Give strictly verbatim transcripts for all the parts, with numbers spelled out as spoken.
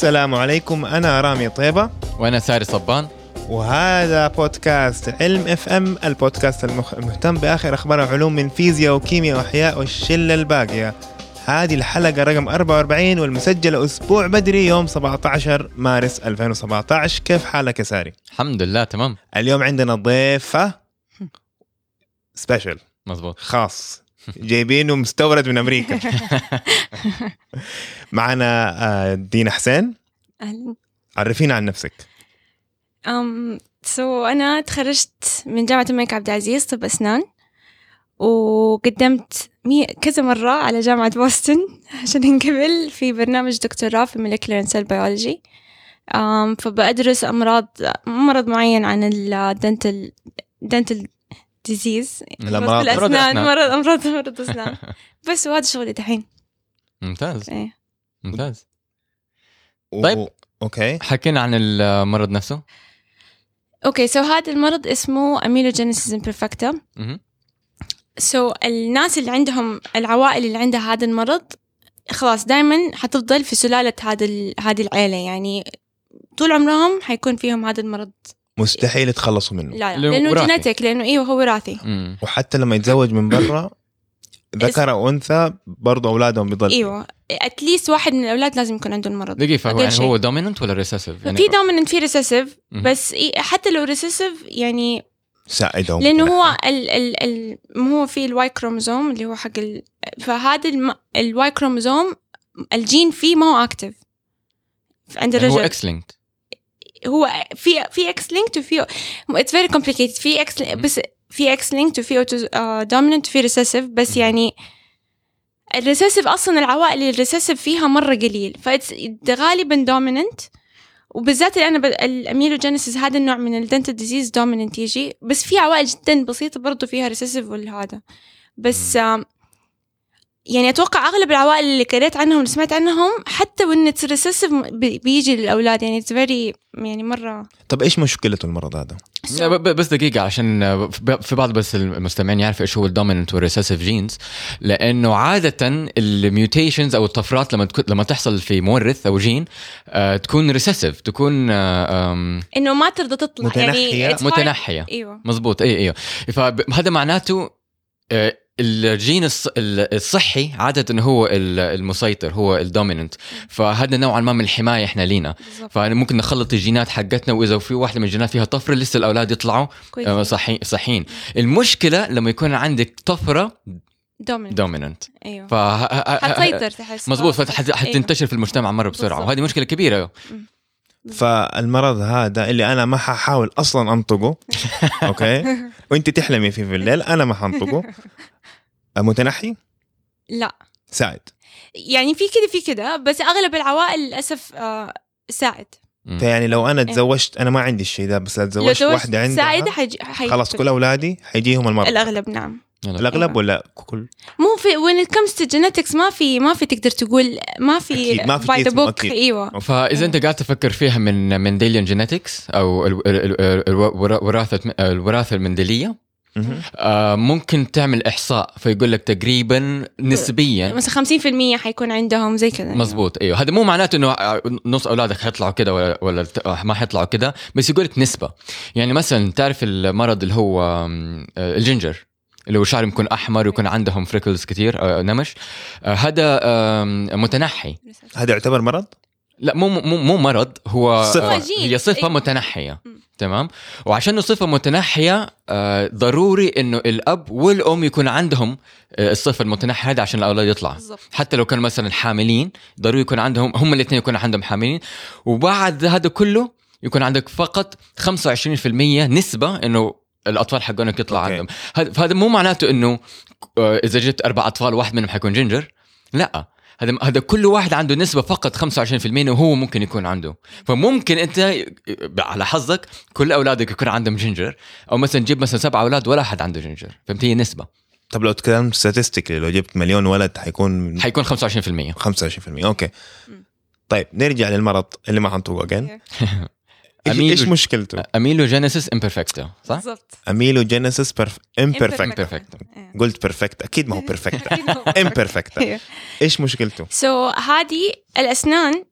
السلام عليكم، أنا رامي طيبة وأنا ساري صبان، وهذا بودكاست علم اف ام، البودكاست المخ... المهتم بآخر أخبار وعلوم من فيزياء وكيمياء وأحياء والشلة الباقية. هذه الحلقة رقم أربعة وأربعين والمسجلة أسبوع بدري يوم سبعة عشر مارس ألفين وسبعة عشر. كيف حالك يا ساري؟ الحمد لله تمام. اليوم عندنا ضيفة سبيشل، مزبوط، خاص، جايبينه مستورد من أمريكا. معنا دينا حسين. أهلا. عرفينا عن نفسك. أم سو أنا تخرجت من جامعة الملك عبد العزيز طب أسنان، وقدمت مي كذا مرة على جامعة بوسطن عشان انقبل في برنامج دكتوراه في molecular and cell biology. أم فبأدرس أمراض مرض معين عن الدنتال dental disease، الأمراض الأسنان، مرض أمراض مرض أسنان. بس وهذا شغلي دحين. ممتاز. إيه. ممتاز. و... طيب أوكي، حكينا عن المرض نفسه. أوكي سو هذا المرض اسمه amelogenesis imperfecta. مه. سو so, الناس اللي عندهم العوائل اللي عندها هذا المرض خلاص دائما حتفضل في سلالة هذا هذه العيلة، يعني طول عمرهم حيكون فيهم هذا المرض، مستحيل يتخلصوا منه. لا, لا. لأنه وراثي. جينيتك، لأنه إيه هو وراثي. مم. وحتى لما يتزوج من برا ذكر أو أنثى برضو أولادهم بيضل. إيوه أتليست واحد من الأولاد لازم يكون عنده المرض. دقيقة، فهو أقل يعني شيء. هو دوميننت ولا ريسيسيف؟ يعني في دوميننت في ريسيسيف، مم. بس إيه حتى لو ريسيسيف يعني ساعدهم، لأنه هو ال ال ال هو في الواي كروموزوم اللي هو حق ال فهذا الم... الواي كروموزوم الجين فيه ما هو أكتف عند الرجل. هو اكس لينكد. هو في في اكس لينكد وفي اتس فيري كومبليكيتد. في اكس بس في اكس لينكد وفي اوتو دوميننت وفي ريسيسيف، بس يعني الريسيسيف اصلا العوائل الريسيسيف فيها مره قليل، فغالبا دوميننت. وبالذات انا ب... الاميلوجينيسيس هذا النوع من الدنتال ديزيز دوميننت يجي، بس في عوائل جدا بسيطه برضو فيها ريسيسيف والهذا بس. آم يعني أتوقع أغلب العوائل اللي قريت عنهم اللي سمعت عنهم حتى وإن ريسيسيف بيجي للأولاد، يعني it's very يعني مرة. طب إيش مشكلته المرض هذا؟ بس دقيقة عشان في بعض بس المستمعين يعرف إيش هو الدوميننت والريسيسيف جينز، لأنه عادة الميوتيشنز أو الطفرات لما تكون لما تحصل في مورث أو جين آه تكون ريسيسيف، تكون آه إنه ما ترضى تطلع، متنحية. يعني متنحية. أيوة مزبوط. أي أيوة. فهذا معناته آه الجين الصحي عادة إنه هو المسيطر، هو الدوميننت، فهذا نوعا ما من الحماية إحنا لينا. فممكن نخلط الجينات حقتنا، وإذا في واحدة من الجينات فيها طفرة لسه الأولاد يطلعوا صحي صحيين. المشكلة لما يكون عندك طفرة دوميننت، أيوة ف حتسيطر تحس. مزبوط، فحتنتشر في المجتمع مرة بسرعة، وهذه مشكلة كبيرة. فالمرض هذا اللي أنا ما ححاول أصلا أنطقه أوكي، وإنت تحلمي فيه في الليل، أنا ما حنطقه. متنحي؟ لا ساعد، يعني في كده في كده، بس أغلب العوائل للأسف آه ساعد. فيعني لو أنا تزوجت، أنا ما عندي الشيء ده، بس أتزوجت واحدة عندها ساعد حيجي خلاص كل أولادي حيجيهم المرض. الأغلب نعم. الأغلب ولا كل؟ مو في when it comes to genetics ما في ما في تقدر تقول ما في ما في by the book. ايوه. فاذا انت قاعد تفكر فيها من منديليان جينيتكس او الوراثه الوراثه المندليه، آه ممكن تعمل إحصاء فيقول لك تقريبا نسبيا مثلا خمسين في المية حيكون عندهم زي كذا. مزبوط. أيوه، هذا مو معناته إنه نص أولادك حيطلعوا كده ولا, ولا ما حيطلعوا كده، بس يقول لك نسبة. يعني مثلا تعرف المرض اللي هو الجينجر اللي هو شعر يكون أحمر ويكون عندهم فريكلز كتير نمش، هذا متنحي. هذا يعتبر مرض؟ لا مو مو مو مرض، هو صفة. هي صفة متنحية. تمام. وعشان صفة متنحية آه ضروري إنه الأب والأم يكون عندهم آه الصفة المتنحية هذا عشان الأولاد يطلع. حتى لو كانوا مثلا حاملين ضروري يكون عندهم هم الاثنين يكون عندهم حاملين. وبعد هذا كله يكون عندك فقط خمسة وعشرين بالمية نسبة إنه الأطفال حقونك يطلع عندهم. هذا مو معناته إنه آه إذا جت أربع أطفال واحد منهم حيكون جينجر، لا، هذا هذا كل واحد عنده نسبة فقط خمسة وعشرين بالمية وهو ممكن يكون عنده. فممكن أنت على حظك كل أولادك يكون عندهم جينجر، أو مثلا جيب مثلا سبعة أولاد ولا أحد عنده جينجر، فهمت؟ هي نسبة. طب لو تكلم statistically لو جبت مليون ولد حيكون حيكون خمسة وعشرين بالمية خمسة وعشرين بالمية. أوكي. طيب نرجع للمرض اللي ما حنطوقه again. إيش, إيش مشكلته؟ أميلوجينيسيس إمبرفكتا، صح؟ بالضبط. أميلوجينيسيس برف... إمبرفكتا. Imperfecta. قلت perfect، أكيد ما هو perfecta. إمبرفكتا. إيش مشكلته؟ سو so, هذه الأسنان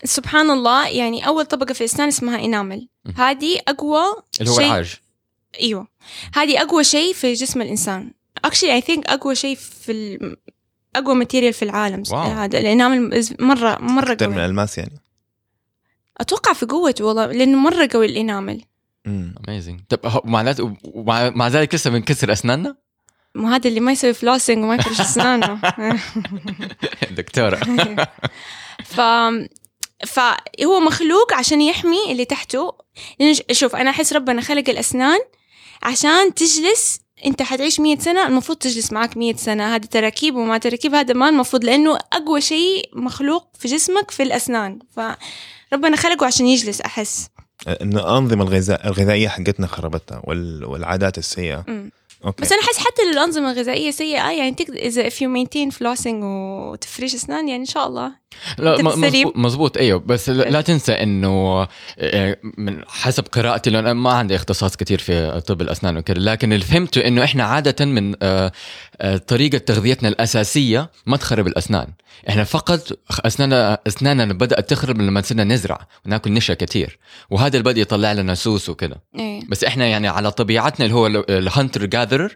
سبحان الله يعني أول طبقة في الأسنان اسمها إنامل. هذه أقوى اللي هو شيء. العاج. أيوة هذه أقوى شيء في جسم الإنسان. actually I think أقوى شيء في ال... أقوى ماتيريال في العالم. هذا الإنامل مرة مرة قوي. أكثر من الألماس يعني. أتوقع في قوته والله لأنه مرة قوي الإنامل. amazing. طب معناته ومع مع ذلك لسه بنكسر أسناننا؟ ما هذا اللي ما يسوي فلوسينج وما يفرش أسنانه. دكتورة. ف فهو مخلوق عشان يحمي اللي تحته. شوف أنا أحس ربنا خلق الأسنان عشان تجلس. أنت حتعيش مية سنة المفروض تجلس معك مية سنة. هذه تراكيب وما تراكيب هذا ما المفروض لأنه أقوى شيء مخلوق في جسمك في الأسنان. فربنا خلقه عشان يجلس. أحس إن الأنظمة الغذاء الغذائية حقتنا خربتها وال... والعادات السيئة. أوكي. بس أنا أحس حتى الأنظمة الغذائية سيئة يعني تقدر إذا if you maintain flossing وتفريش أسنان يعني إن شاء الله. لا مزبوط, مزبوط أيوه. بس لا تنسى إنه من حسب قراءتي لأن أنا ما عندي اختصاص كتير في طب الأسنان وكذا لكن اللي فهمته إنه إحنا عادة من طريقة تغذيتنا الأساسية ما تخرب الأسنان. إحنا فقط أسناننا أسناننا بدأت تخرب لما صرنا نزرع وناكل نشا كتير وهذا اللي بدأ يطلع لنا سوس وكذا. إيه. بس إحنا يعني على طبيعتنا اللي هو الهانتر جاذرر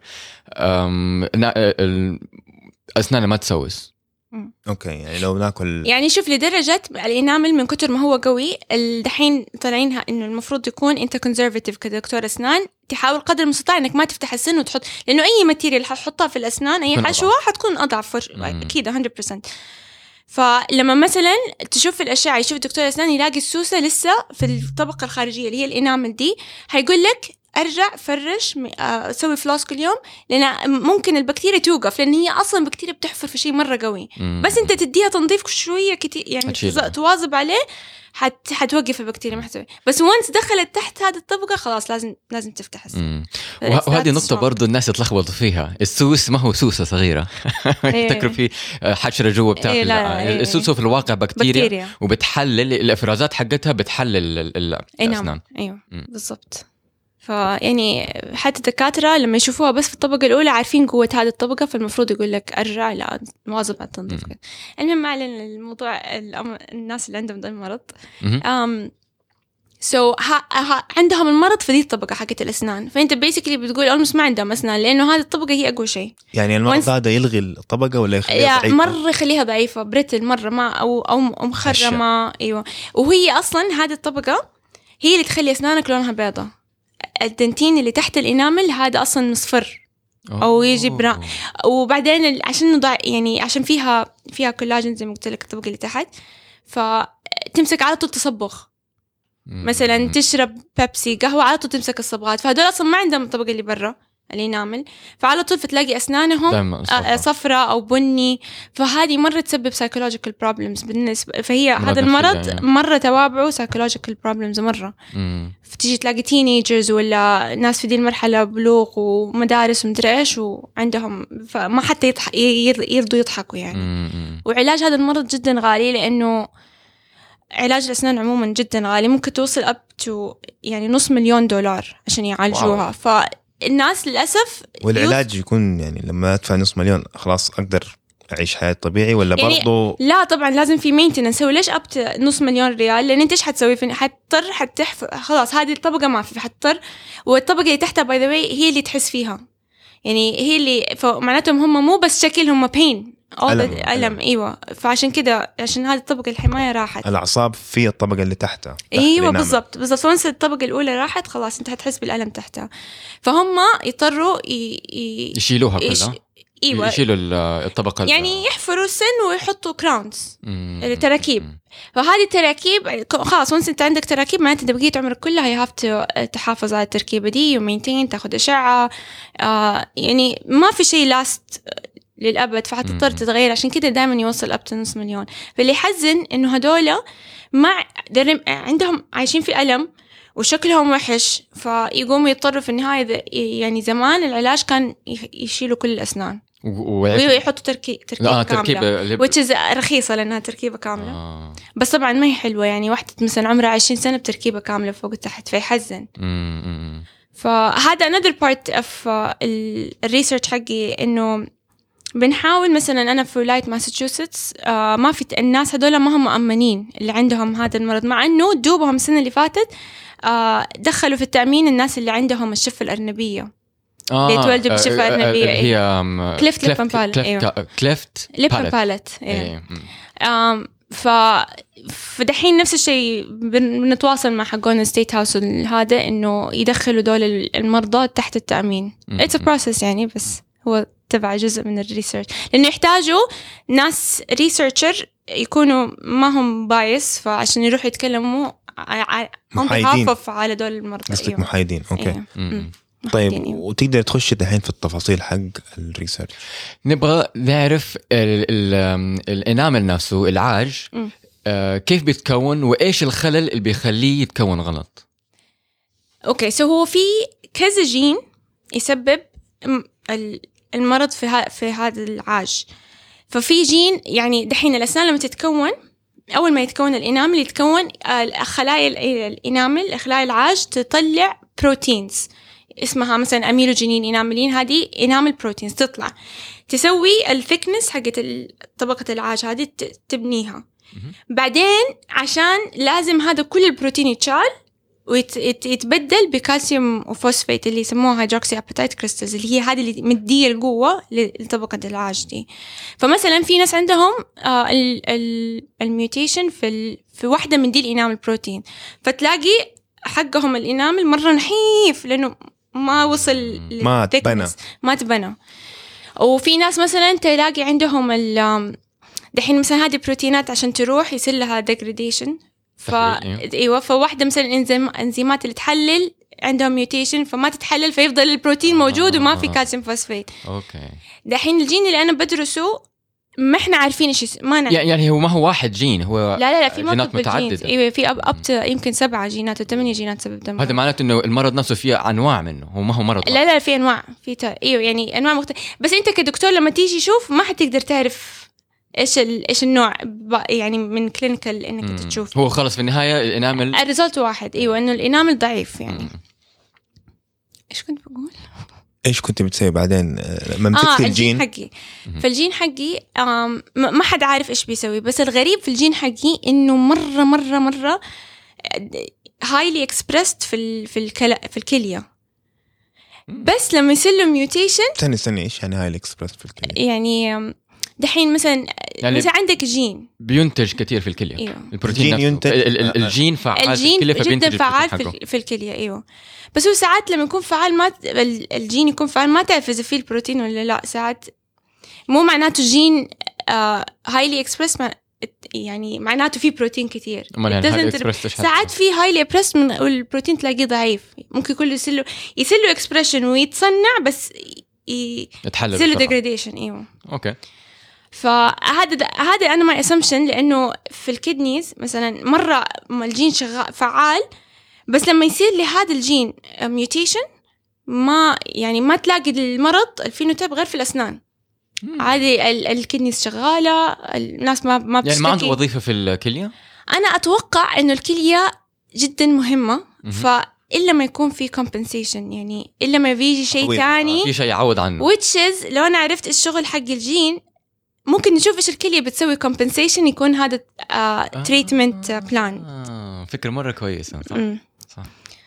أسناننا ما تسوس. اوكي يعني لو ناكل يعني شوف لدرجه الانامل من كتر ما هو قوي الدحين طالعينها انه المفروض يكون انت كونزرفاتيف كدكتور اسنان تحاول قدر المستطاع انك ما تفتح السن وتحط لانه اي ماتيريال حتحطها في الاسنان اي حشوه حتكون اضعف اكيد مية بالمية. فلما مثلا تشوف الاشعه يشوف دكتور اسنان يلاقي السوسه لسه في الطبقه الخارجيه اللي هي الانامل دي هيقول لك ارجع فرش اسوي فلوس كل يوم لان ممكن البكتيريا توقف لان هي اصلا بكتيريا بتحفر في شيء مره قوي. مم. بس انت تديها تنظيف شويه كتير يعني تواظب عليه حت حتوقف البكتيريا ما حتسوي. بس وانس دخلت تحت هذه الطبقه خلاص لازم لازم تفتح السن. وهذه نقطه برضو الناس يتلخبطوا فيها. السوس ما هو سوسه صغيره يفتكروا في حشره جوا بتاكل. السوس في الواقع بكتيريا, بكتيريا وبتحلل الافرازات حقتها بتحلل الاسنان. ايوه بالضبط. فيعني حتى الدكاترة لما يشوفوها بس في الطبقة الأولى عارفين قوة هذه الطبقة فالمفروض يقول لك أرجع لا مواظب على التنظيف. المهم ما علينا الموضوع الناس اللي عندهم ذا المرض. um, so ها ها عندهم المرض في ذي الطبقة حقت الأسنان فأنت basically بتقول أولمس ما عندهم أسنان لأنه هذه الطبقة هي أقوى شيء. يعني المرض هذا يلغي الطبقة ولا يخليها ضعيفة؟ مرة يخليها ضعيفة بريتل مرة ما أو أو مخرمة. أيوة وهي أصلا هذه الطبقة هي اللي تخلي أسنانك لونها بيضة. الدنتين اللي تحت الإنامل هذا أصلاً مصفر أو يجي برا. وبعدين عشان نضع يعني عشان فيها فيها كولاجين زي ما قلت لك الطبقة اللي تحت فتمسك على طول تصبغ. مثلاً تشرب بيبسي قهوة على طول تمسك الصبغات فهدول أصلاً ما عندهم الطبقة اللي برا الإنامل فعلى طول فتلاقي أسنانهم صفراء أو بني فهذه مرة تسبب psychological problems بالنسبة فهي هذا المرض يعني. مرة توابعه psychological problems مرة. فتيجي تلاقي teenagers ولا ناس في دي المرحلة بلوغ ومدارس ومدري إيش وعندهم فما حتى يضح... يرضوا يضحكوا يعني. مم. وعلاج هذا المرض جدا غالي لأنه علاج الأسنان عموما جدا غالي ممكن توصل up to يعني نص مليون دولار عشان يعالجوها. ف الناس للأسف والعلاج يكون يعني لما أدفع نص مليون خلاص أقدر أعيش حياة طبيعي ولا يعني برضو لا طبعا لازم في مينتيننس. هو ليش أبت نص مليون ريال لأن أنت إيش حتسوي في حتضطر حتحف خلاص هذه الطبقة ما في حتضطر والطبقة اللي تحتها باي ذا واي هي اللي تحس فيها يعني هي اللي فمعناتهم هم مو بس شكل هم بين ألم. ألم أيوة فعشان كده عشان هذه الطبقة الحماية راحت الأعصاب في الطبقة اللي تحتها تحت أيوة بالضبط بالضبط وانس الطبقة الأولى راحت خلاص أنت هتحس بالألم تحتها فهم يضطروا ي... ي... يشيلوها كلها يش... إيوه. يشيلوا الطبقة يعني يحفروا السن ويحطوا كراونز التراكيب فهذه التراكيب خلاص وانس انت عندك تراكيب معناته انت بقيت عمرك كلها يو هاف تو تحافظ على التركيبة دي ومينتين تاخد أشعة آه يعني ما في شيء لاست للأبد فحتضطر تتغير عشان كده دائما يوصل أب نص مليون. فاللي يحزن إنه هدول ما عندهم عايشين في ألم وشكلهم وحش فيقوموا يضطروا في النهاية يعني زمان العلاج كان يشيلوا كل الأسنان ويحطوا تركي... تركيبة كاملة لب... which is رخيصة لأنها تركيبة كاملة. آه. بس طبعا ما هي حلوة يعني واحدة مثلا عمرها عشرين سنة بتركيبة كاملة فوق تحت فيحزن. فهذا another part of الريسيرش حقي إنه بنحاول مثلا أنا في ولاية ماساتشوستس آه ما في الناس هذول ما هم مؤمنين اللي عندهم هذا المرض، مع إنه دوبهم السنة اللي فاتت آه دخلوا في التأمين الناس اللي عندهم الشفة الأرنبية آه اللي يتولدوا بشفة أرنبية. هي كليفت ليب أند باليت. أيوة. كليفت ليب أند باليت. آم ف فدحين نفس الشيء بنتواصل مع حقون الستيت هاوس هذا إنه يدخلوا دول المرضى تحت التأمين. It's a process يعني، بس هو تبع جزء من الريسيرش، لأنه يحتاجوا ناس ريسيرشر يكونوا ما هم بايس، فعشان يروحوا يتكلموا محايدين على دول المرضى. قصدك أيوه. محايدين. أوكي. أيوه. طيب يعني. وتقدر تخش دحين في التفاصيل حق الريسيرش. نبغى نعرف الانامل نفسه العاج آه كيف بيتكون وإيش الخلل اللي بيخليه يتكون غلط. أوكي سو هو في كذا جين يسبب المرض في ها في هذا العاج. ففي جين يعني دحين الأسنان لما تتكون، أول ما يتكون الإنامل يتكون خلايا الإنامل خلايا العاج تطلع بروتينز اسمها مثلا أميلوجينين إناملين، هذه إنامل بروتينز تطلع تسوي الثيكنس حقت طبقة العاج هذه تبنيها. بعدين عشان لازم هذا كل البروتين يتشال ويتبدل بكالسيوم وفوسفات اللي يسموها هيدروكسي أباتايت كريستالز، اللي هي هذه اللي مدية القوة لطبقة العاج دي. فمثلا في ناس عندهم آه الميوتيشن في في واحدة من دي الإنامل بروتين، فتلاقي حقهم الإنامل مرة نحيف لأنه ما وصل ما تبنى ما تبنى. وفي ناس مثلا تلاقي عندهم ال دحين مثلا هذه بروتينات عشان تروح يصير لها degradation، ف ايوه فواحده مثلا الانزيم انزيمات اللي تحلل عندهم ميوتيشن فما تتحلل، فيفضل البروتين موجود وما في كالسيوم فوسفات. اوكي دحين الجين اللي انا بدرسه ما احنا عارفين ايش ما نعرف. يعني هو ما هو واحد جين، هو لا لا لا في جينات متعدده. ايوه في اب اب يمكن سبعة جينات وثمانية جينات سبب دم. هذا معناته انه المرض نفسه فيه انواع منه، هو ما هو مرض. لا لا في انواع في تا... ايوه يعني انواع مختلفه، بس انت كدكتور لما تيجي شوف ما حتقدر تعرف ايش ال... ايش النوع يعني من كلينيكال انك تشوف. هو خلص في النهايه الانامل الريزلت واحد. ايوه انه الانامل ضعيف يعني. مم. ايش كنت بقول؟ ايش كنت بتسوي بعدين لما مسكت آه الجين حقي؟ فالجين حقي ما حد عارف ايش بيسوي، بس الغريب في الجين حقي انه مره مره مره هايلي اكسبرست في ال في الكلا في الكليه، بس لما يصير له ميوتيشن. استني استني ايش يعني هايلي اكسبرست في الكليه؟ يعني دحين مثلا يعني مثلا عندك جين بينتج كثير في الكليه. أيوه. البروتين ينتج ال ال الجين فعال الجين في الكليه جدا فعال في, في الكليه. ايوه بس هو ساعات لما يكون فعال ما الجين يكون فعال ما تعرف اذا فيه البروتين ولا لا. ساعات مو معناته الجين هايلي اكسبرس يعني معناته فيه بروتين كثير. يعني ساعات في هايلي اكسبرس من البروتين تلاقيه ضعيف، ممكن كله يصير له يصير له اكسبريشن ويتصنع بس يتحلل يصير له ديجريديشن. ايوه اوكي. فهذا هذا انا ما اسمشن، لانه في الكدنيز مثلا مره الجين شغال فعال، بس لما يصير لهذا الجين ميوتيشن ما يعني ما تلاقي المرض الفينوتيب غير في الاسنان. عادي الكدنيز شغاله، الناس ما ما بتشتكي. يعني ما عنده وظيفه في الكليه. انا اتوقع انه الكليه جدا مهمه، ف إلا ما يكون في compensation يعني إلا ما بيجي شيء تاني في شيء يعوض عنه. which is لو أنا عرفت الشغل حق الجين ممكن نشوف إيش الكلية بتسوي compensation يكون هذا uh, treatment uh, plan. آه فكرة مرة كويسة. صح. م. صح.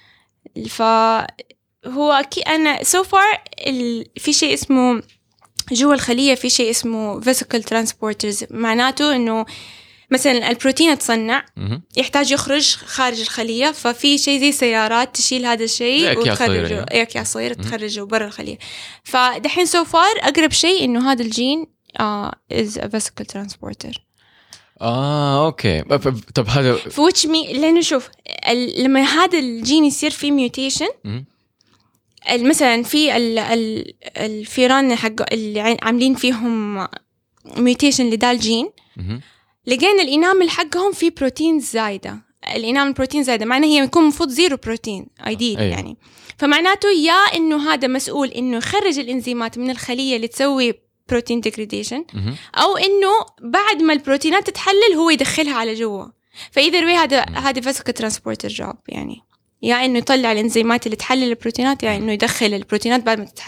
فهو كي أنا so far ال... في شيء اسمه جوا الخلية في شيء اسمه vesicle transporters، معناته إنه مثلا البروتين تصنع يحتاج يخرج خارج الخلية، ففي شيء زي سيارات تشيل هذا الشيء وتخرجه أكياس صغيرة تخرجه برا الخلية. فدحين so far أقرب شيء إنه هذا الجين uh, is a vesicle transporter. آه أوكي. طب هذا في which me لأنه شوف ال... لما هذا الجين يصير فيه mutation مثلا في ال... ال... الفيران حق اللي عاملين فيهم mutation لدا الجين لقينا الإنامل حقهم فيه بروتين زايدة. الإنامل بروتين زايدة معناه هي يكون مفروض زيرو بروتين ايديل أيوه. يعني فمعناته يا إنه هذا مسؤول إنه يخرج الإنزيمات من الخلية اللي تسوي بروتين ديجريديشن، أو إنه بعد ما البروتينات تتحلل هو يدخلها على جوا. فإذا روي هذا هذا فيسيكال ترانسبورتر جوب يعني، يا إنه يطلع الإنزيمات اللي تحلل البروتينات، يا إنه يدخل البروتينات بعد ما تتحلل.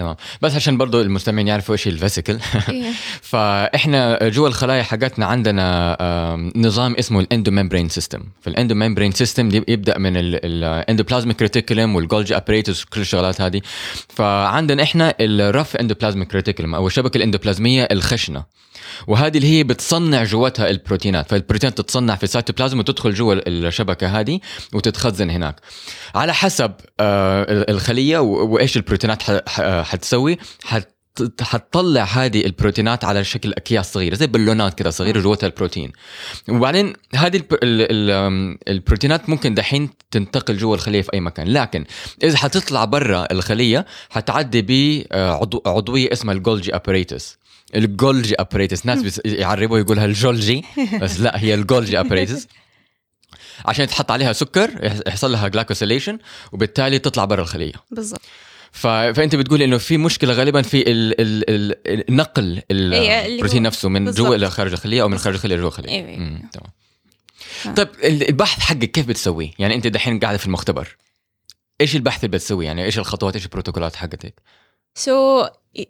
تمام. بس عشان برضو المستمعين يعرفوا ايش الفيسيكل فاحنا جوا الخلايا حقتنا عندنا نظام اسمه الاندوممبرين سيستم. فالاندوممبرين سيستم يبدا من الاندوبلازميك ريتيكولم والجولجي اباريتس وكل الشغلات هذه. فعندنا احنا الرف اندوبلازميك ريتيكولم او الشبكه الاندوبلازميه الخشنه، وهذه اللي هي بتصنع جواتها البروتينات. فالبروتينات تتصنع في السيتوبلازم وتدخل جوا الشبكه هذه وتتخزن هناك على حسب الخليه وايش البروتينات حتسوي. حت حتطلع هذه البروتينات على شكل اكياس صغيره زي بالونات كده صغيره جواتها البروتين. وبعدين هذه البروتينات ممكن دحين تنتقل جوا الخليه في اي مكان، لكن اذا حتطلع برا الخليه حتعدي بعضويه اسمها الجولجي اباريتس. الجولجي اباريتس ناس يعربوا يقولها الجولجي بس لا، هي الجولجي اباريتس عشان تحط عليها سكر يحصل لها جلايكوسيليشن وبالتالي تطلع برا الخليه. بالضبط. ف... فانت بتقول انه في مشكله غالبا في ال... ال... ال... نقل البروتين نفسه من جوا الى خارج الخليه او من خارج الخليه لجوا الخليه. أيوة. تمام. آه. طيب البحث حقك كيف بتسويه؟ يعني انت دحين قاعده في المختبر، ايش البحث اللي بتسويه؟ يعني ايش الخطوات، ايش البروتوكولات حقتك؟ سو so...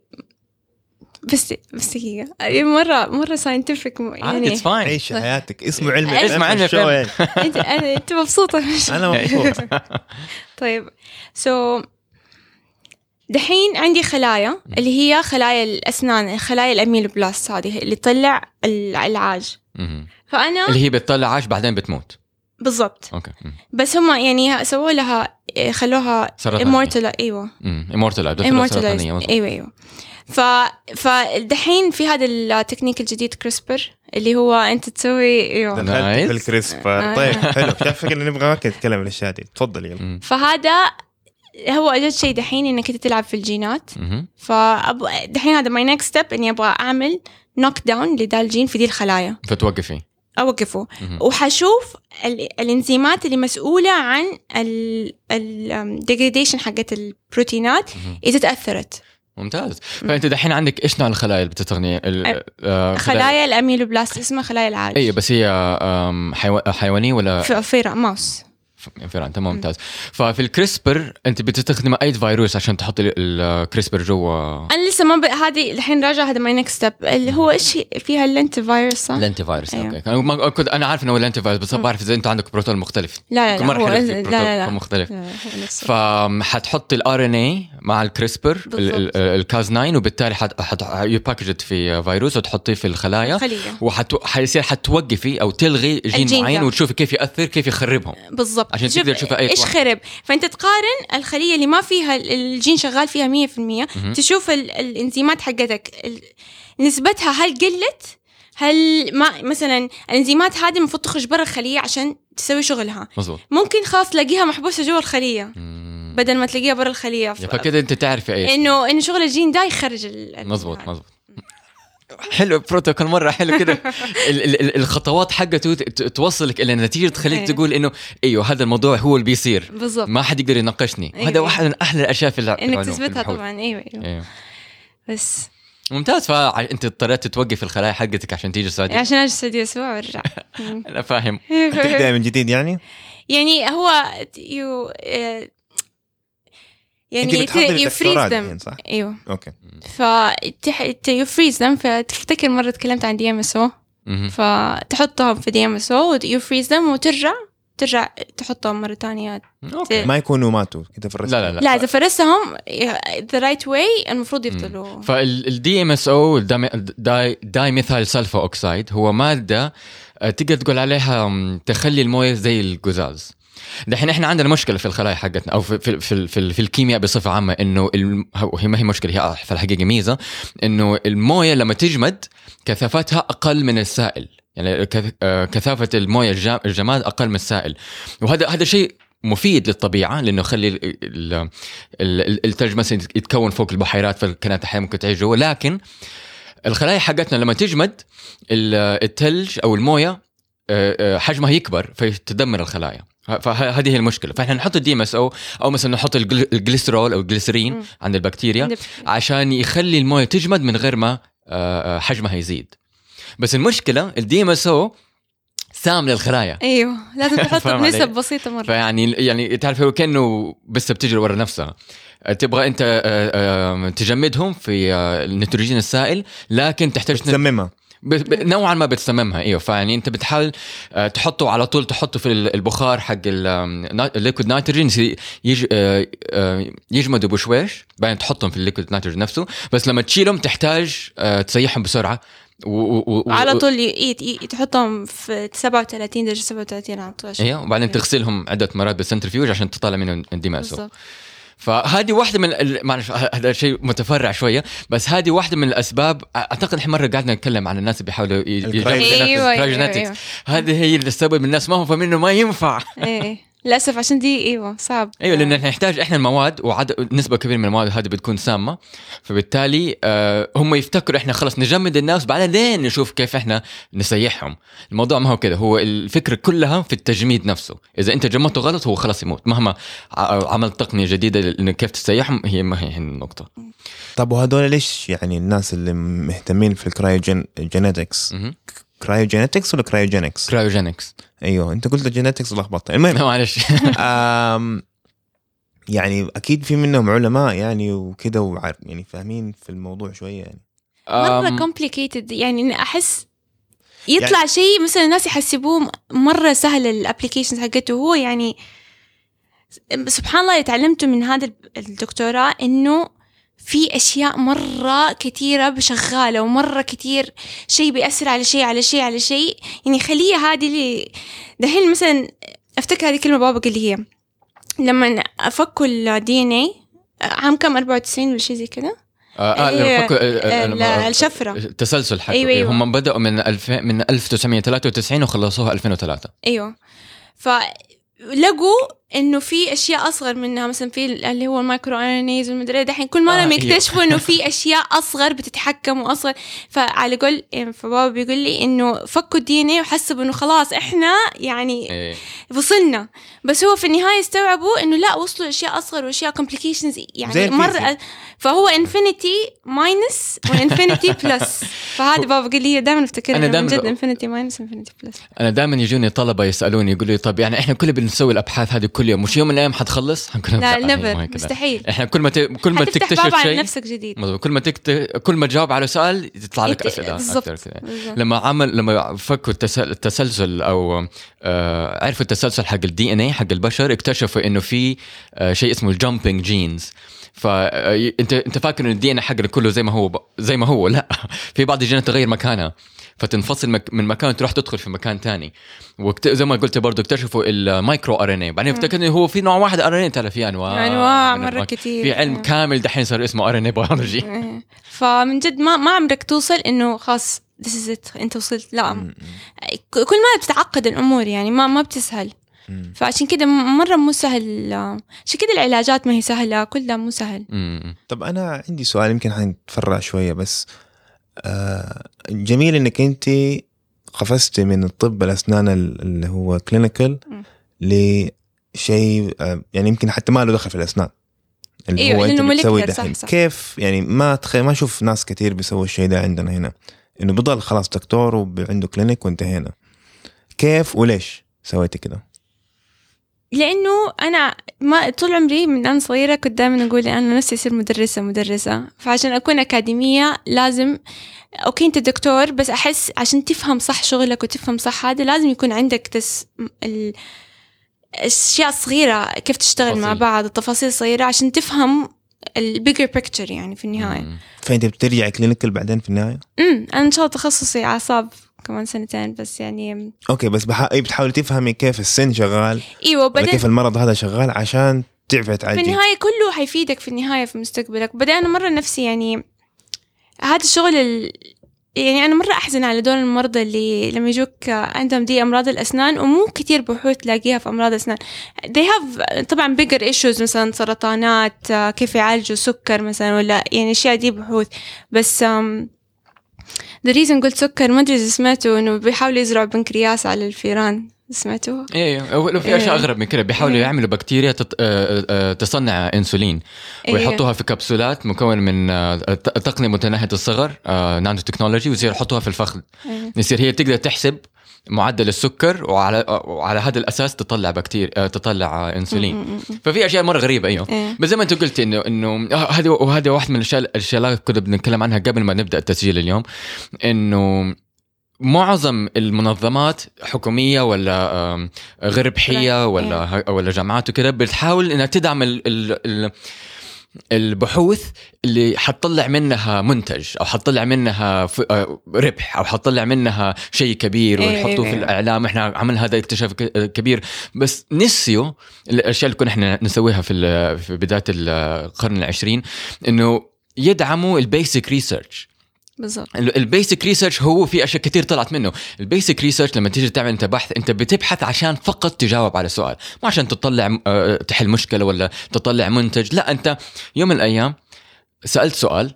بس بس دقيقة مرة مرة ساينتفك يعني it's fine. عيش حياتك، اسمه علم اسمه علم الشو يعني. انت انا انت مبسوطة مش انا مبسوط. طيب سو so... دحين عندي خلايا اللي هي خلايا الأسنان، خلايا الأميلوبلاست هذه اللي تطلع العاج. فأنا اللي هي بتطلع عاج بعدين بتموت. بالضبط. أوكي. بس هم يعني سووا لها خلوها immortal. أيوة. immortal. immortal. أيوة أيوة. ف فدحين في هذا التكنيك الجديد كريسبر اللي هو أنت تسوي أيوة. في الكريسبر. طيب حلو. شايفك إن نبغى وقت نتكلم الأشياء دي. تفضل يلا. فهذا هو أجد شيء دحين إنك أنت تلعب في الجينات. فأب دحين هذا my next step إني أبغى أعمل knock down لدا الجين في دي الخلايا. فتوقفي. أوقفه. وحشوف ال الإنزيمات اللي مسؤولة عن ال ال degradation حقت البروتينات إذا تأثرت. ممتاز. فأنت دحين عندك إيش نوع الخلايا اللي بتستغني؟ خلايا, خلايا الأميلوبلاست اسمها خلايا العاج. أي بس هي حيو... حيوانية ولا؟ فيرا ماوس. فعلا تمام ممتاز. ففي الكريسبر انت بتستخدم اي فيروس عشان تحط الكريسبر جوا؟ انا لسه ما ب... هذه الحين راجع هذا ماي نكست ستيب اللي هو ايش فيها اللينتي فيروس صح؟ اللينتي فيروس. أيوه. اوكي انا ما كنت انا عارف انه اللينتي فيروس بس ما بعرف اذا انت عندك بروتوكول مختلف. لا لا, لا. هو لا, لا, لا. مختلف. فحتحط الار ان اي مع الكريسبر الكاز تسعة وبالتالي حت حت يباكجت في فيروس وتحطيه في الخلايا وحيصير حتوقفي او تلغي جين معين وتشوفي كيف ياثر كيف يخربهم بالضبط عشان تقدر تشوف اي ايش خرب. فانت تقارن الخليه اللي ما فيها الجين شغال فيها مية في المية تشوف الانزيمات حقتك نسبتها هل قلت، هل ما مثلا الانزيمات هذه المفروض تخرج برا الخليه عشان تسوي شغلها. مزبوط. ممكن خلاص تلاقيها محبوسه جوا الخليه مم. بدل ما تلاقيها برا الخليه. ف... فكده انت تعرفي ايش انه انه شغل الجين ده يخرج ال... مزبوط مزبوط. حلو بروتوكول مرة حلو كده. الخطوات حقته توصلك إلى نتيجة تخليك تقول إنه أيوه هذا الموضوع هو اللي بيصير بالزبط. ما حد يقدر يناقشني. أيوه. هذا واحد من أحلى الأشياء في العلوم إنك تثبتها طبعا. أيوه أيوه, أيوه. بس ممتاز. فأنت اضطريت توقف الخلايا حقتك عشان تيجي السعودية. عشان أجي السعودية أسبوع وأرجع. أنا فاهم. تبدأ من جديد يعني. يعني هو يو يعني يفريز them. ايوه اوكي. ف يفريز them. فتفتكر مره تكلمت عن دي ام اس او فتحطهم في دي ام اس او ويفريز them وترجع ترجع تحطهم مره ثانيه ت... ما يكونوا ماتوا كده في الرسم. لا لا لا لا اذا فرستهم the right way المفروض يفضلوا. فالدي ام اس او داي ميثايل سلفا اوكسايد هو ماده تقدر تقول عليها تخلي المويه زي القزاز. دحين احنا عندنا مشكله في الخلايا حقتنا او في في في, في, في الكيمياء بصفه عامه انه هي ما هي مشكله هي في الحقيقه ميزه انه المويه لما تجمد كثافتها اقل من السائل. يعني كثافه المويه الجماد اقل من السائل وهذا هذا شيء مفيد للطبيعه لانه يخلي الثلج مثلا يتكون فوق البحيرات فالكائنات الحيه ممكن تعيش جوا. لكن الخلايا حقتنا لما تجمد الثلج او المويه حجمها يكبر فتدمر الخلايا. فهذه هي المشكله. فاحنا نحط الدي ام اس او او مثلا نحط الجليسرول او الجليسرين م. عند البكتيريا عشان يخلي المويه تجمد من غير ما حجمها يزيد. بس المشكله الدي ام اس او سام للخلايا. ايوه لازم تحطه بنسب بسيطه مره. فيعني يعني تعرف هو كانه بس بتجري ورا نفسها. تبغى انت تجمدهم في النيتروجين السائل، لكن تحتاج تسممها نوعا ما بتسممها. ايوه، فيعني انت بتحاول تحطه على طول، تحطه في البخار حق الليكويد نيتروجين يج... يجمدوا بشويش، بعدين تحطهم في الليكويد نيتروجين نفسه. بس لما تشيلهم تحتاج تسيحهم بسرعه و... و... و... على طول ي... ي... تحطهم في سبعة وثلاثين درجه سبعة وثلاثين على طول. ايوه، وبعدين تغسلهم عده مرات بالسنترفيوج عشان تطلع منهم الدماء. فهذه واحدة من ال... معلش هذا شيء متفرع شوية، بس هذه واحدة من الأسباب. أعتقد إحنا مرة قاعدنا نتكلم عن الناس اللي بيحاولوا يجربوا أيوة كرايوجينيتكس. أيوة. هذه هي السبب من الناس ما هم فاهمين إنه ما ينفع. إيه للأسف عشان دي ايوه صعب. ايوه لان احنا نحتاج احنا المواد، وعدد نسبه كبيره من المواد هذه بتكون سامه، فبالتالي آه هم يفتكروا احنا خلص نجمد الناس بعدين نشوف كيف احنا نسيحهم. الموضوع ما هو كده، هو الفكره كلها في التجميد نفسه. اذا انت جمدته غلط هو خلاص يموت، مهما عملت تقنيه جديده انه كيف تسيحهم هي ما هي النقطه. طب وهذول ليش يعني الناس اللي مهتمين في الكرايوجينيتكس كرايوجينيتكس ولا كرايوجينكس؟ كرايوجينكس. ايوه انت قلت جينيتكس لخبطت. المهم معلش يعني اكيد في منهم علماء يعني وكده وعارف يعني فاهمين في الموضوع شويه يعني. مره complicated يعني احس يطلع يعني شيء مثلا الناس يحسبوه مره سهل الابليكيشنز حقته، هو يعني سبحان الله تعلمته من هذا الدكتوراه انه في أشياء مرة كتيرة بشغالة ومرة كتير شيء بيأثر على شيء على شيء على شيء. يعني خلية هذه اللي دحين مثلا أفتكر هذه كلمة بابا قال لي هي لما أفكوا ال دي إن إيه عام كم أربعة وتسعين ولا شيء زي كده. آه آه الشفرة التسلسل حقه. أيوة أيوة. هم بدأوا من ألف من ألف وتسعمية وثلاثة وتسعين وخلصوها ألفين وثلاثة. أيوة فلقوا انه في اشياء اصغر منها، مثلا في اللي هو المايكرو ار ان ايز والمدري دحين كل مره آه يكتشفوا انه في اشياء اصغر بتتحكم واصغر. فعلى قول فبابا بيقول لي انه فكوا الدي ان اي وحسبوا انه خلاص احنا يعني إيه. وصلنا، بس هو في النهايه استوعبوا انه لا، وصلوا اشياء اصغر واشياء كومبليكيشنز يعني مره. فهو انفينيتي ماينس وانفينيتي بلس. فهذا بابا قال لي دائما افتكر انه من جد انفينيتي ماينس انفينيتي بلس. انا دائما يجوني طلبه يسالوني يقولوا لي طب يعني احنا كل بنسوي الابحاث هذه كل يوم، مش يوم من الايام حتخلص؟ لا نبر مستحيل. احنا كل ما ت... كل ما تكتشف شيء نفسك جديد، كل ما تكت... كل ما تجاوب على سؤال يطلع لك اسئله اكثر كذا. لما عمل لما فكوا التسل... التسلسل او آه... عرفوا التسلسل حق الدي ان اي حق البشر، اكتشفوا انه في آه... شيء اسمه الجامبينج جينز. فانت انت فاكر ان الدي ان اي حقنا كله زي ما هو ب... زي ما هو لا، في بعض الجينات تغير مكانها فتنفصل مك... من مكان تروح تدخل في مكان تاني. وزي ما قلت برضو اكتشفوا المايكرو ار ان اي، بعدين افتكروا انه هو في نوع واحد ار ان اي، ترى في انواع انواع مره كثير، في علم كامل دحين صار اسمه ار ان اي بيولوجي. فمن جد ما ما عمرك توصل انه خاص this is it انت وصلت، لا كل ما بتتعقد الامور يعني ما ما بتسهل. فعشان كده مرة مو سهل، عشان كده العلاجات ما هي سهلة، كلها مو سهل. طب أنا عندي سؤال يمكن حنتفرع شوية بس آه جميل إنك أنت قفزت من الطب الأسنان اللي هو كلينيكال لشيء آه يعني يمكن حتى ما له دخل في الأسنان اللي إيه هو أنت بتسوي ده. كيف يعني ما تخيل ما أشوف ناس كتير بيسوي الشيء ده عندنا هنا، إنه بضل خلاص دكتور وعنده كلينيك وانتهينا. كيف وليش سويتي كده؟ لأنه أنا ما طول عمري من أنا صغيرة كنت دائما أقول أنا نفسي أصير مدرسة مدرسة فعشان أكون أكاديمية لازم أوكي أنت دكتور، بس أحس عشان تفهم صح شغلك وتفهم صح هذا لازم يكون عندك تس ال... الأشياء الصغيرة كيف تشتغل تفاصيل. مع بعض التفاصيل صغيرة عشان تفهم البيجر بيكتشر يعني في النهاية. مم. فأنت بترجع كلينيكال بعدين في النهاية؟ امم أنا إن شاء الله تخصصي أعصاب كمان سنتين بس يعني. اوكي بس بح... بتحاولي تفهمي كيف السن شغال، ايوه بدأ... كيف المرض هذا شغال عشان تعرفي تعالجي. في النهايه كله حيفيدك في النهايه في مستقبلك. بدأ انا مره نفسي يعني هذا الشغل ال... يعني انا مره احزن على دول المرضى اللي لما يجوك عندهم دي امراض الاسنان ومو كتير بحوث تلاقيها في امراض اسنان. they have طبعا bigger issues مثلا سرطانات، كيف يعالجوا سكر مثلا ولا يعني اشياء دي بحوث. بس um... the reason قلت سكر ما أدري إذا سمعتوا إنه بيحاولوا يزرعوا بنكرياس على الفيران، سمعتوه؟ إيه لو في أشياء أغرب من كده بيحاولوا إيه. يعملوا بكتيريا تصنع إنسولين ويحطوها إيه. في كبسولات مكون من تقنية متناهية الصغر نانو تكنولوجي، ويصير يحطوها في الفخذ إيه. يصير هي تقدر تحسب معدل السكر وعلى وعلى هذا الاساس تطلع بكتير تطلع انسولين. ففي اشياء مره غريبه. ايوه إيه. بس زي ما انت قلت انه انه هذه وهذه واحده من الاشياء الاشياء كنا بنتكلم عنها قبل ما نبدا التسجيل اليوم، انه معظم المنظمات حكومية ولا غير ربحية ولا ولا جامعات وكده بتحاول انها تدعم ال ال البحوث اللي حتطلع منها منتج او حتطلع منها ربح او حتطلع منها شيء كبير ويحطوه في الاعلام. احنا عملنا هذا اكتشاف كبير، بس نسيوا الاشياء اللي كنا احنا نسويها في في بداية القرن العشرين، انه يدعموا البيسك ريسيرش. بالضبط. البيسك ريسيرش هو في اشياء كتير طلعت منه. البيسك ريسيرش لما تيجي تعمل انت بحث، انت بتبحث عشان فقط تجاوب على سؤال، مو عشان تطلع تحل مشكله ولا تطلع منتج. لا، انت يوم من الايام سالت سؤال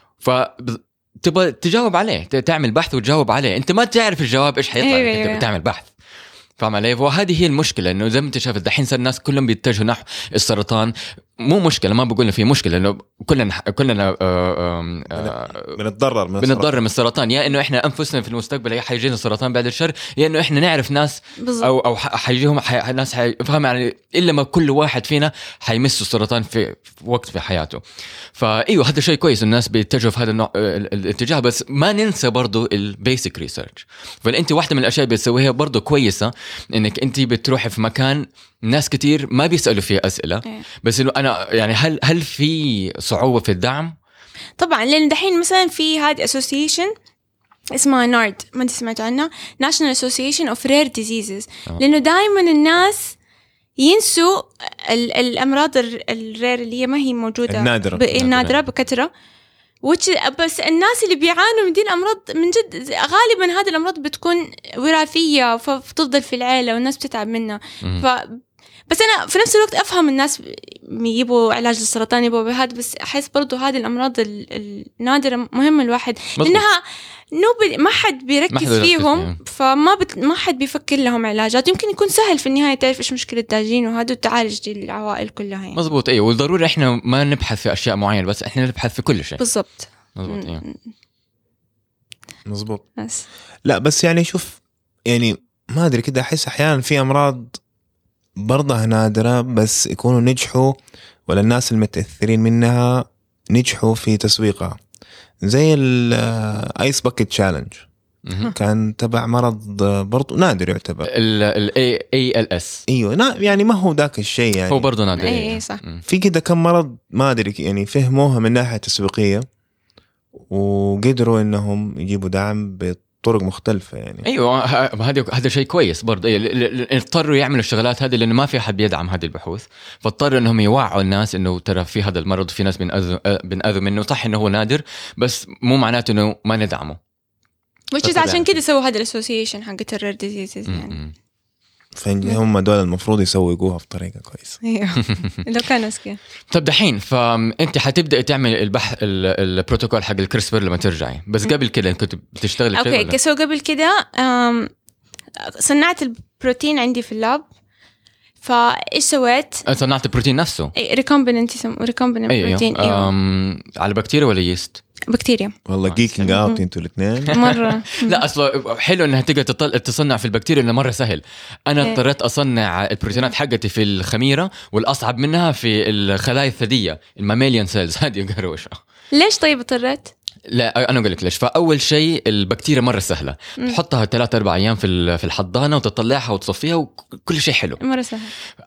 فتبغى تجاوب عليه، تعمل بحث وتجاوب عليه. انت ما تعرف الجواب ايش حيطلع، أيوة. انت بتعمل بحث. فاهم علي؟ وهذه هي المشكله، انه زي ما انت شايف الحين صار الناس كلهم بيتجهوا نحو السرطان. مو مشكله، ما بقول في مشكله، انه كلنا كلنا بنتضرر من بنتضرر من السرطان، يا انه احنا انفسنا في المستقبل يا حيجينا السرطان بعد الشر، يا انه احنا نعرف ناس بالزبط. او او حيجيهم حي... ناس فاهم يعني، الا ما كل واحد فينا حيمس السرطان في... في وقت في حياته. فايوه هذا شيء كويس، الناس بيتجهوا في هذا النوع الاتجاه، بس ما ننسى برضو البيسك ريسيرش. فانت واحده من الاشياء بتسويها برضو كويسه، انك انت بتروحي في مكان ناس كتير ما بيسألوا فيه أسئلة. إيه. بس إنه أنا يعني هل هل في صعوبة في الدعم؟ طبعا، لأن دحين مثلا في هذه association اسمها نارد، ما أنت سمعت عنها، National Association of Rare Diseases. أوه. لأنه دائما الناس ينسوا ال- الأمراض الرير اللي هي ما هي موجودة، النادرة, ب- النادرة بكثرة. بس الناس اللي بيعانوا من دي الأمراض من جد غالبا هذه الأمراض بتكون وراثية، فبتفضل في العائلة والناس بتتعب منها. ف بس أنا في نفس الوقت أفهم الناس يبوا علاج للسرطان، يبوا بهذا، بس أحس برضو هذه الأمراض النادرة مهمة الواحد مزبوط. لأنها نوبل ما حد بيركز فيهم، فما بت... ما حد بيفكر لهم علاجات. يمكن يكون سهل في النهاية تعرف إيش مشكلة داجين وهذا وتعالج دي العوائل كلها يعني. مزبوط. أيوة، والضروري إحنا ما نبحث في أشياء معينة، بس إحنا نبحث في كل شيء. بالضبط. مزبوط. أيوة. مزبوط. بس. لا بس يعني شوف، يعني ما أدري كده، أحس أحيانا في أمراض برضها نادرة بس يكونوا نجحوا، ولا الناس المتأثرين منها نجحوا في تسويقها، زي الآيس باكيت تشالنج كان تبع مرض برضو نادر يعتبر، ال إيه إل إس. ايوه يعني ما هو ذاك الشيء يعني، هو برضو نادر. اي صح. في كده كم مرض ما ادري يعني فهموها من ناحية تسويقية وقدروا انهم يجيبوا دعم بطرق مختلفة يعني. ايوه هذا هذا شيء كويس برضه. اضطروا يعملوا الشغلات هذه لانه ما في حد بيدعم هذه البحوث، فاضطروا انهم يوعوا الناس انه ترى في هذا المرض، في ناس بنأذوا بنأذوا منه. صح انه هو نادر بس مو معناته انه ما ندعمه. مش عشان كده سووا هذا الاسوسيشن حقت الرير ديزيزز يعني. فهم دول المفروض يسوقوها بطريقه كويسه. ايوه لو كانوا اسكي. طب دحين فانت حتبدا تعمل البحث البروتوكول حق الكريسبر لما ترجعي، بس قبل كده كنت بتشتغلي اوكي okay. كسو قبل كده صنعت البروتين عندي في اللاب. فايش سويت؟ صنعت البروتين نفسه ريكومبيننت اسمه ريكومبيننت بروتين. ايوه على بكتيريا ولا ييست؟ بكتيريا. والله جيكينج اوت انتوا الاثنين مره. لا اصلا حلو انها تقدر تصنع في البكتيريا لانه مره سهل. انا اضطريت اصنع البروتينات حقتي في الخميره، والاصعب منها في الخلايا الثدييه الماميليان سيلز هذه قروشه. ليش طيب اضطريت؟ لا انا اقول لك ليش. فاول شيء البكتيريا مره سهله، م. تحطها ثلاثة أربعة ايام في في الحضانه وتطلعها وتصفيها وكل شيء حلو، مره سهل.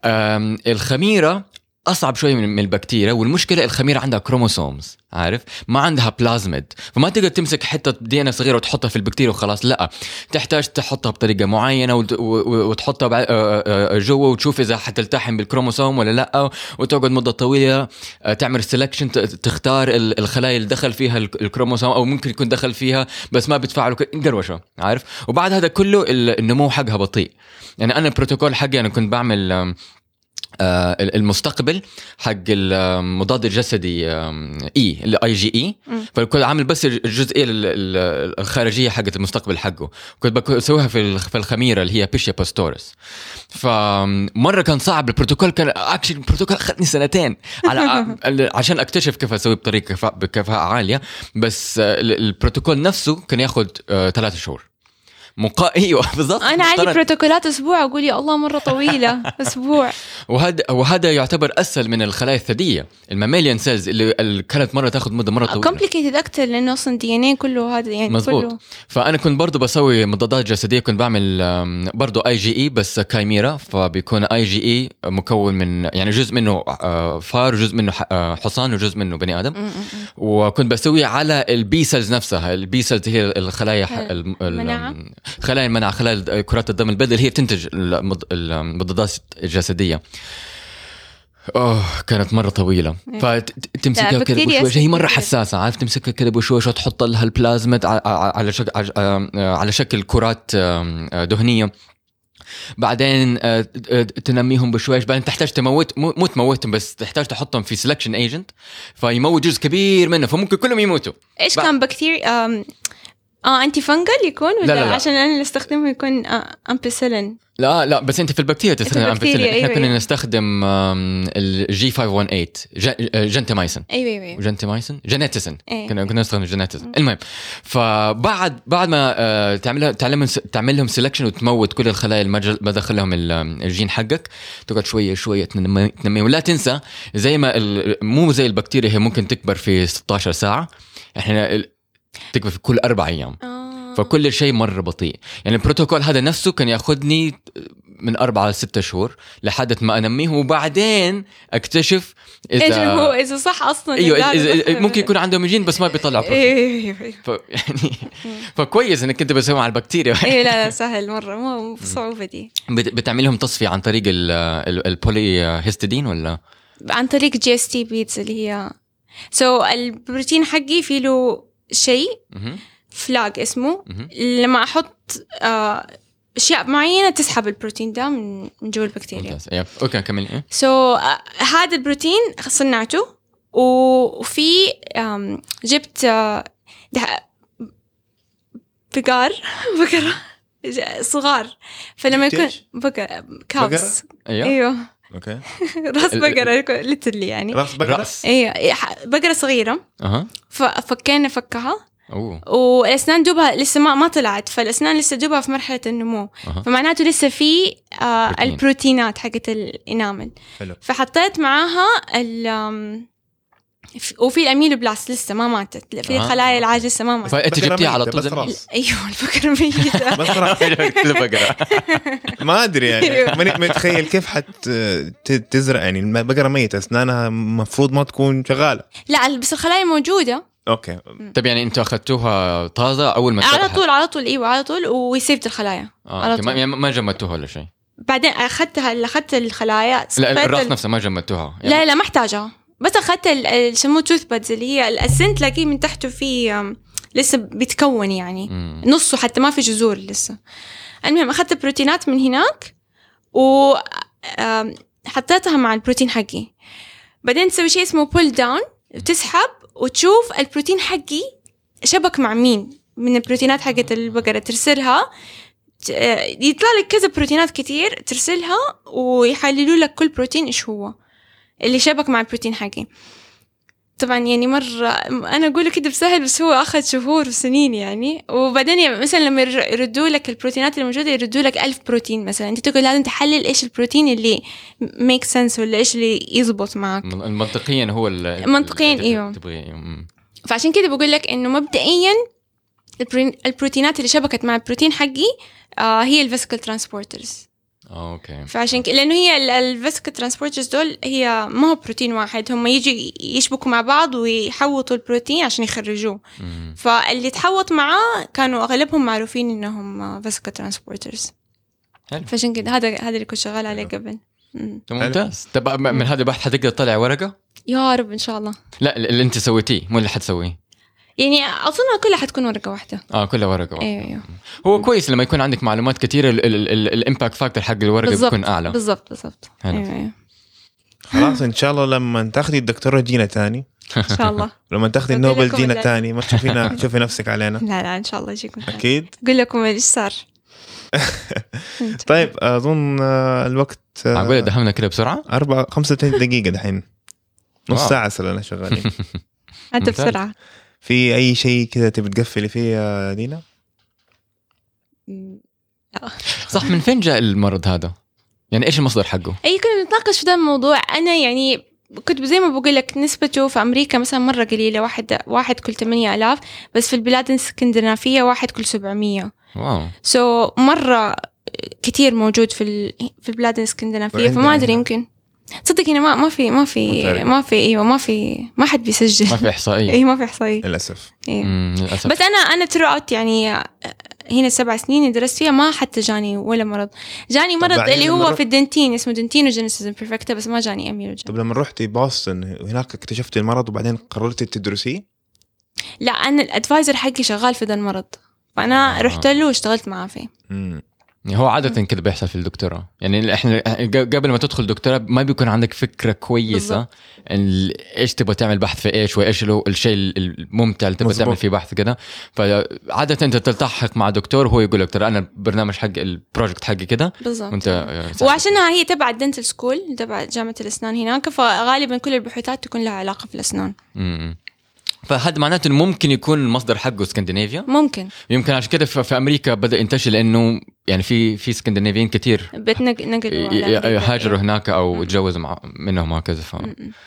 الخميره أصعب شوي من البكتيريا، والمشكلة الخميرة عندها كروموسومز، عارف، ما عندها بلازميد، فما تقدر تمسك حتة دي إن إيه صغيرة وتحطها في البكتيريا وخلاص. لا، تحتاج تحطها بطريقة معينة وتحطها جوا وتشوف إذا حتلتحم بالكروموسوم ولا لا، وتقعد مدة طويلة تعمل سيلكشن، تختار الخلايا اللي دخل فيها الكروموسوم أو ممكن يكون دخل فيها بس ما بتفاعلوا قروشة، عارف. وبعد هذا كله النمو حقها بطيء. يعني أنا البروتوكول حقي أنا كنت بعمل آه المستقبل حق المضاد الجسدي اي الاي جي اي، فكنت عامل بس الجزئيه الخارجيه حقت المستقبل حقه، كنت بسويها في في الخميره اللي هي بيشيا باستورس. فمره كان صعب البروتوكول، كان اكشن البروتوكول اخذني سنتين على عشان اكتشف كيف اسوي بطريقه بكفاءه عاليه، بس البروتوكول نفسه كان ياخذ ثلاثة شهور. مقا... ايوه بالضبط. انا عندي بروتوكولات اسبوع اقول يا الله مره طويله اسبوع. وهذا وهذا يعتبر اسهل من الخلايا الثدييه الماميليان سيلز اللي, اللي كانت مره تاخذ مده مره طويله. كومبليكيتد اكثر لانه اصلا دي ان اي كله هذا يعني مزبوط. كله. فانا كنت برضو بسوي مضادات جسديه، كنت بعمل برضو اي جي اي بس كايميرا، فبيكون اي جي اي مكون من يعني جزء منه فار وجزء منه حصان وجزء منه بني ادم. م- م- وكنت بسوي على البي سيلز نفسها. البي سيلز هي الخلايا المناعة، خلايا المناعة، خلايا كرات الدم البيضاء اللي هي تنتج المضادات الجسدية. اوه كانت مرة طويلة. فتمسكها كده بشويش، هي مرة حساسة، عارف تمسكها كده بشويش وتحط لها البلازمات على شكل على شكل كرات دهنية، بعدين تنميهم بشويش، بعدين تحتاج تموت مو تموتهم بس تحتاج تحطهم في سelection agent فيموت جزء كبير منه، فممكن كلهم يموتوا. ايش كان بكتيريا اه انتي فنجل يكون ولا؟ لا لا لا. عشان انا اللي استخدمه يكون آه امبيسيلين. لا لا بس انت في البكتيريا تستخدم امبيسيلين. احنا كنا نستخدم الجي خمسمية وثمانية وثمانين جنتامايسين. ايوه ايوه جنتامايسين جينيتيسين. كنا كنا نستخدم جينيتيسين. المهم فبعد بعد ما تعملها تعلم تعمل لهم سيلكشن وتموت كل الخلايا المجل ما دخل لهم الجين حقك، تقعد شويه شويه تنمي, تنمي. ولا تنسى زي ما مو زي البكتيريا هي ممكن تكبر في ستة عشر ساعه، احنا تكبر في كل أربع أيام. آه. فكل شيء مرة بطيء. يعني البروتوكول هذا نفسه كان يأخذني من أربعة لستة شهور لحد ما أنميه، وبعدين أكتشف إذا إيش هو إذا صح أصلاً. أيوة إذا ممكن يكون عندهم جين بس ما بيطلع بروتوكول. أيوة. ف يعني فكويس إنك أنت بسوي مع البكتيريا. إيه لا لا سهل مرة، مو صعوبة دي. بتعملهم تصفية عن طريق البولي هيستidine ولا عن طريق جي اس تي بيتز اللي هي سو so, البروتين حقي فيه له شيء فلاج اسمه. لما أحط آه أشياء معينة تسحب البروتين ده من جوا البكتيريا. أوكي كمل. إيه سو so, آه هذا البروتين صنعته، وفي آه جبت آه بقار بقرة صغار، فلما يكون بقرة كابس. أيوه, أيوه. اوكي راس بقرة ليترلي يعني راس بقرة. ايوه بقرة صغيرة. اها ففكينا فكها. أوه. والاسنان دوبها لسه ما ما طلعت، فالاسنان لسه دوبها في مرحلة النمو. أه. فمعناته لسه في آه البروتينات حقت الانامل. حلو. فحطيت معاها ال وفي الاميلو بلاست لسه ما ماتت، في آه. الخلايا العاج لسه ما ماتت. فانت جبتيها على طول. ايوه البقرة ميتة. بس البقرة ما ادري يعني ماني متخيل كيف حت تزرع يعني البقرة ميتة اسنانها مفروض ما تكون شغالة. لا بس الخلايا موجودة. اوكي طب يعني انتوا اخذتوها طازة اول ما على طول على طول ايوه على طول ويسيبت الخلايا. آه. على طول. ما ما جمدتوها ولا شيء؟ بعدين اخذتها اخذت الخلايا. لا الراس ال... نفسها ما جمدتوها يعني. لا لا ما احتاجها، بس اخذت يسموه توث بادز اللي هي الاسن تلاقيه من تحته في لسه بيتكون يعني مم. نصه حتى ما في جذور لسه. المهم اخذت البروتينات من هناك وحطيتها مع البروتين حقي. بعدين تسوي شيء اسمه بول داون، تسحب وتشوف البروتين حقي شبك مع مين من البروتينات حقت البقرة، ترسلها يطلع لك كذا بروتينات كتير ترسلها ويحللوا لك كل بروتين إيش هو اللي شبك مع البروتين حقي. طبعا يعني مرة أنا أقوله كده بسهل بس هو أخذ شهور وسنين يعني. وبعدين يعني مثلا لما يردوا لك البروتينات الموجودة يردوا لك ألف بروتين مثلا، أنت تقول لازم تحلل إيش البروتين اللي make sense ولا إيش اللي يزبط معك منطقيا. هو منطقيا إيوه. فعشان كده بقول لك إنه مبدئيا البروتينات اللي شبكت مع البروتين حقي آه هي الفيسيكال ترانسبورترز. اوكي. فعشان كده لانه هي الفيسيكال ترانسبورترز دول هي ما هو بروتين واحد، هم يجي يشبكوا مع بعض ويحوطوا البروتين عشان يخرجوه. مم. فاللي تحوط معاه كانوا اغلبهم معروفين انهم فيسيكال ترانسبورترز. فعشان كده هذا هذا اللي كنت شغال عليه قبل. ممتاز. طب من هذا البحث حتقدر تطلع ورقه؟ يا رب ان شاء الله. لا اللي انت سويتيه مو اللي حتسويه يعني أظنها كلها حتكون ورقة واحدة. آه كلها ورقة واحدة. أيوة أيوة. هو كويس لما يكون عندك معلومات كثيرة الإمباكت فاكتور حق الورقة بيكون أعلى. بالضبط بالضبط. أيوة أيوة. خلاص إن شاء الله لما تاخدي الدكتورة جينا تاني. إن شاء الله. لما تاخدي النوبل جينا تاني ما تشوفينا تشوفي نفسك علينا. لا لا إن شاء الله يجيكم. أكيد. أقول لكم إيش صار. طيب أظن الوقت. أقول دهمنا كده بسرعة. أربعة خمسة وثلاثين دقيقة دحين. نص ساعة سلنا شغالين. عدى بسرعة. في أي شيء كذا تبي تقفلي فيه يا دينا؟ صح. من فين جاء المرض هذا؟ يعني إيش المصدر حقه؟ أي كنا نتناقش في ده الموضوع. أنا يعني كنت زي ما بقول لك نسبته في أمريكا مثلا مرة قليلة، واحد واحد كل ثمانية آلاف، بس في البلاد الاسكندنافية واحد كل سبعمية. واو. سو so, مرة كتير موجود في ال... في البلاد الاسكندنافية. فما أدري يمكن تصدق هنا ما ما في ما في ما في ايوه ما في ما حد بيسجل، ما في احصائيه. اي ما في احصائيه للاسف. إيه. للاسف. بس انا انا تروت يعني هنا سبع سنين اللي درست فيها ما حتى جاني ولا مرض. جاني مرض اللي هو في الدنتين اسمه دنتينوجينيسيس امبرفكتا، بس ما جاني اميلوجين. طب لما رحتي بوسطن هناك اكتشفتي المرض وبعدين قررتي تدرسيه؟ لا انا الادفايزر حقي شغال في ذا المرض، فانا آه. رحت له واشتغلت معاه فيه. امم هو عادة كده بيحصل في الدكتوراه. يعني احنا قبل ما تدخل دكتوراه ما بيكون عندك فكرة كويسة ايش تبغى تعمل بحث في ايش وايش له الشيء الممتع اللي تبغى تعمل فيه بحث كده. فعادة انت تلتحق مع دكتور هو يقول لك ترى انا البرنامج حق البروجكت حقي كده، وانت وعشانها هي تبع الدنتال سكول تبع جامعة الاسنان هناك، فغالبا كل البحوثات تكون لها علاقة في الاسنان. امم فهذا معناته ممكن يكون المصدر حقه اسكندنافيا. ممكن يمكن عشان كده في امريكا بدا ينتشر، لانه يعني في في اسكندنافيين كتير بتنقلوا هاجروا هناك او تجوزوا مع منهم هكذا. ف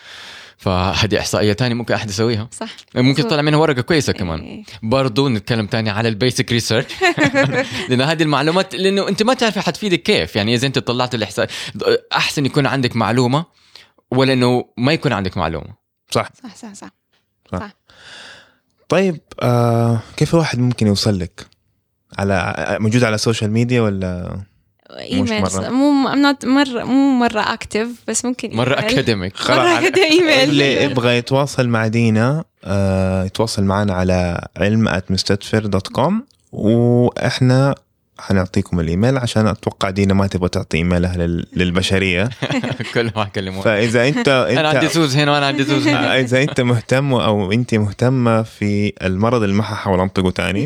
فهذه احصائيه تانية ممكن احد يسويها. صح. ممكن تطلع منها ورقه كويسه كمان. إيه. برضو نتكلم تاني على البيسك ريسيرش لان هذه المعلومات، لانه انت ما تعرف حتفيدك كيف. يعني اذا انت طلعت الاحصاء احسن يكون عندك معلومه ولا انه ما يكون عندك معلومه. صح صح صح صح, صح. صح. طيب آه كيف الواحد ممكن يوصل لك؟ على موجود على السوشيال ميديا ولا ايميل؟ مو مرة مو مرة اكتف، بس ممكن مرة اكاديميك. مرة كده ايميل. اللي يبغى يتواصل مع دينا آه يتواصل معنا على علم آت مستدفر دوت كوم، واحنا حنعطيكم الايميل عشان اتوقع دينا ما تبغى تعطي ايميلها للبشريه كل ما اكلمه. فاذا انت انا عندي سوز هنا وانا عندي سوز هنا. اذا انت مهتم او انت مهتمه في المرض اللي ما ححاول انطقه تاني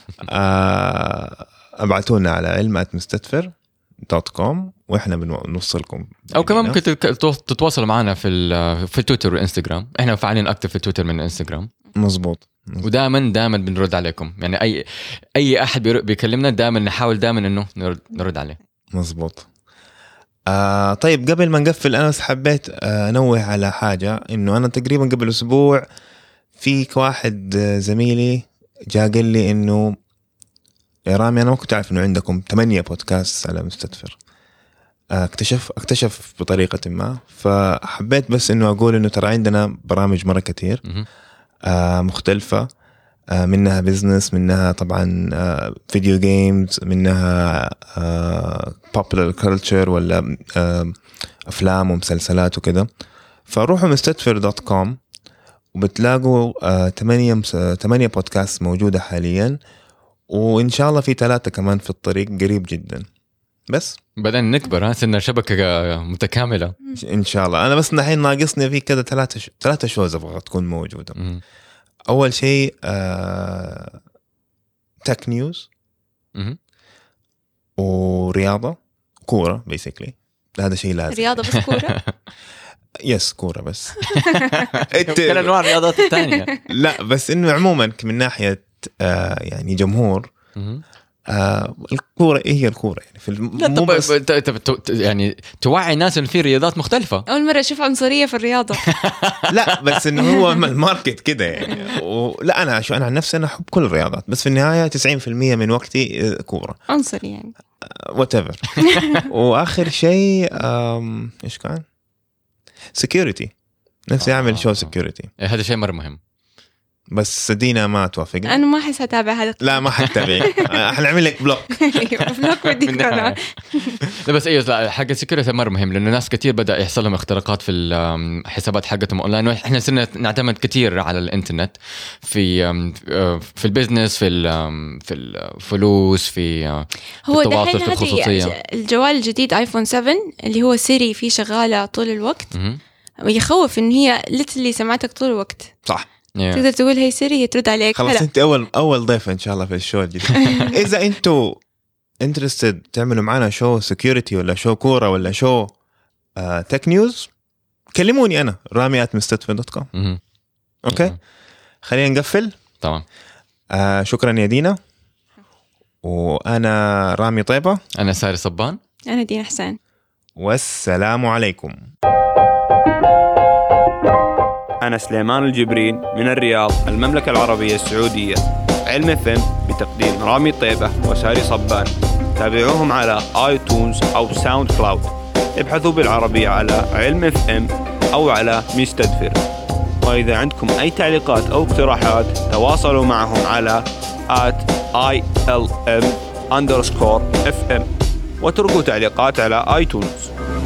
ابعتونا على علم آت مستدفر دوت كوم واحنا بنوصلكم. او كمان ممكن تتواصل معنا في في تويتر والانستغرام. احنا فعالين اكتر في تويتر من الانستغرام. مزبوط. ودائما دائما بنرد عليكم. يعني اي اي احد بيكلمنا دائما نحاول دائما انه نرد, نرد عليه. مزبوط. آه طيب قبل ما نقفل انا بس حبيت آه انوه على حاجه، انه انا تقريبا قبل اسبوع فيك واحد زميلي جاء قال لي انه يا رامي انا ما كنت عارف انه عندكم ثمانية بودكاست على مستدفر. آه اكتشف اكتشف بطريقه ما، فحبيت بس انه اقول انه ترى عندنا برامج مره كتير آه مختلفة، آه منها بيزنس، منها طبعا آه فيديو جيمز، منها آه popular culture ولا آه أفلام ومسلسلات وكده. فروحوا مستدفر دوت كوم وبتلاقوا آه تمانية, تمانية بودكاست موجودة حاليا، وإن شاء الله في ثلاثة كمان في الطريق قريب جدا. بس بدنا نكبر، ها صرنا شبكة متكاملة إن شاء الله. أنا بس الحين ناقصني في كذا ثلاثة ش... ثلاثة شوز أبغى تكون موجودة. م- أول شيء آه... تك نيوز ورياضة كورة بيسيكلي، هذا شيء لازم. رياضة بس كورة؟ يس كورة بس. كل أنواع الرياضات الثانية. لا بس إنه عموما من ناحية آه يعني جمهور آه الكورة إيه هي الكورة يعني في الم... لا طب بس... ت... ت... يعني توعي الناس إن في رياضات مختلفة. أول مرة أشوف عنصرية في الرياضة. لا بس إنه هو الماركت كده يعني. ولا أنا شو أنا عن نفسي أنا أحب كل الرياضات، بس في النهاية تسعين في المية من وقتي كورة. عنصري يعني. whatever. وآخر شيء آم... إيش كان؟ security. نفسي أعمل آه. شو security. هذا شيء مرة مهم. بس دينا ما توافقني. أنا ما أحس أتابع هذا. لا ما حتابع. حنعمل لك بلوك. بلوك ودي قناة. لا بس أيوة حاجة السكيورتي مرة مهم، لأنه ناس كتير بدأ يحصل لهم اختراقات في الحسابات حقتهم أونلاين. إحنا صرنا نعتمد كتير على الإنترنت في في البيزنس، في في الفلوس، في هو التواصل، في الخصوصية. الجوال الجديد آيفون سفن اللي هو سيري فيه شغالة طول الوقت، ويخوف إن هي لتلي سمعتك طول الوقت. صح. Yeah. تقدر تقول هي سيري هي ترد عليك. خلاص انت اول اول ضيفه ان شاء الله في الشو الجديد. اذا انتوا انترستد تعملوا معنا شو سكيورتي ولا شو كوره ولا شو آه تك نيوز، كلموني انا رامي آت مستدفر دوت كوم. اوكي خلينا نقفل. تمام. آه شكرا يا دينا، وأنا رامي طيبة. أنا ساري صبان. أنا دينا حسين. والسلام عليكم. أنا سليمان الجبرين من الرياض، المملكة العربية السعودية. علم اف ام بتقديم رامي طيبة وساري صبان. تابعوهم على آيتونز أو ساوند كلاود. ابحثوا بالعربية على علم اف ام أو على مستدفر. وإذا عندكم أي تعليقات أو اقتراحات تواصلوا معهم على آت آي إل إم أندرسكور إف إم وتركوا تعليقات على آيتونز.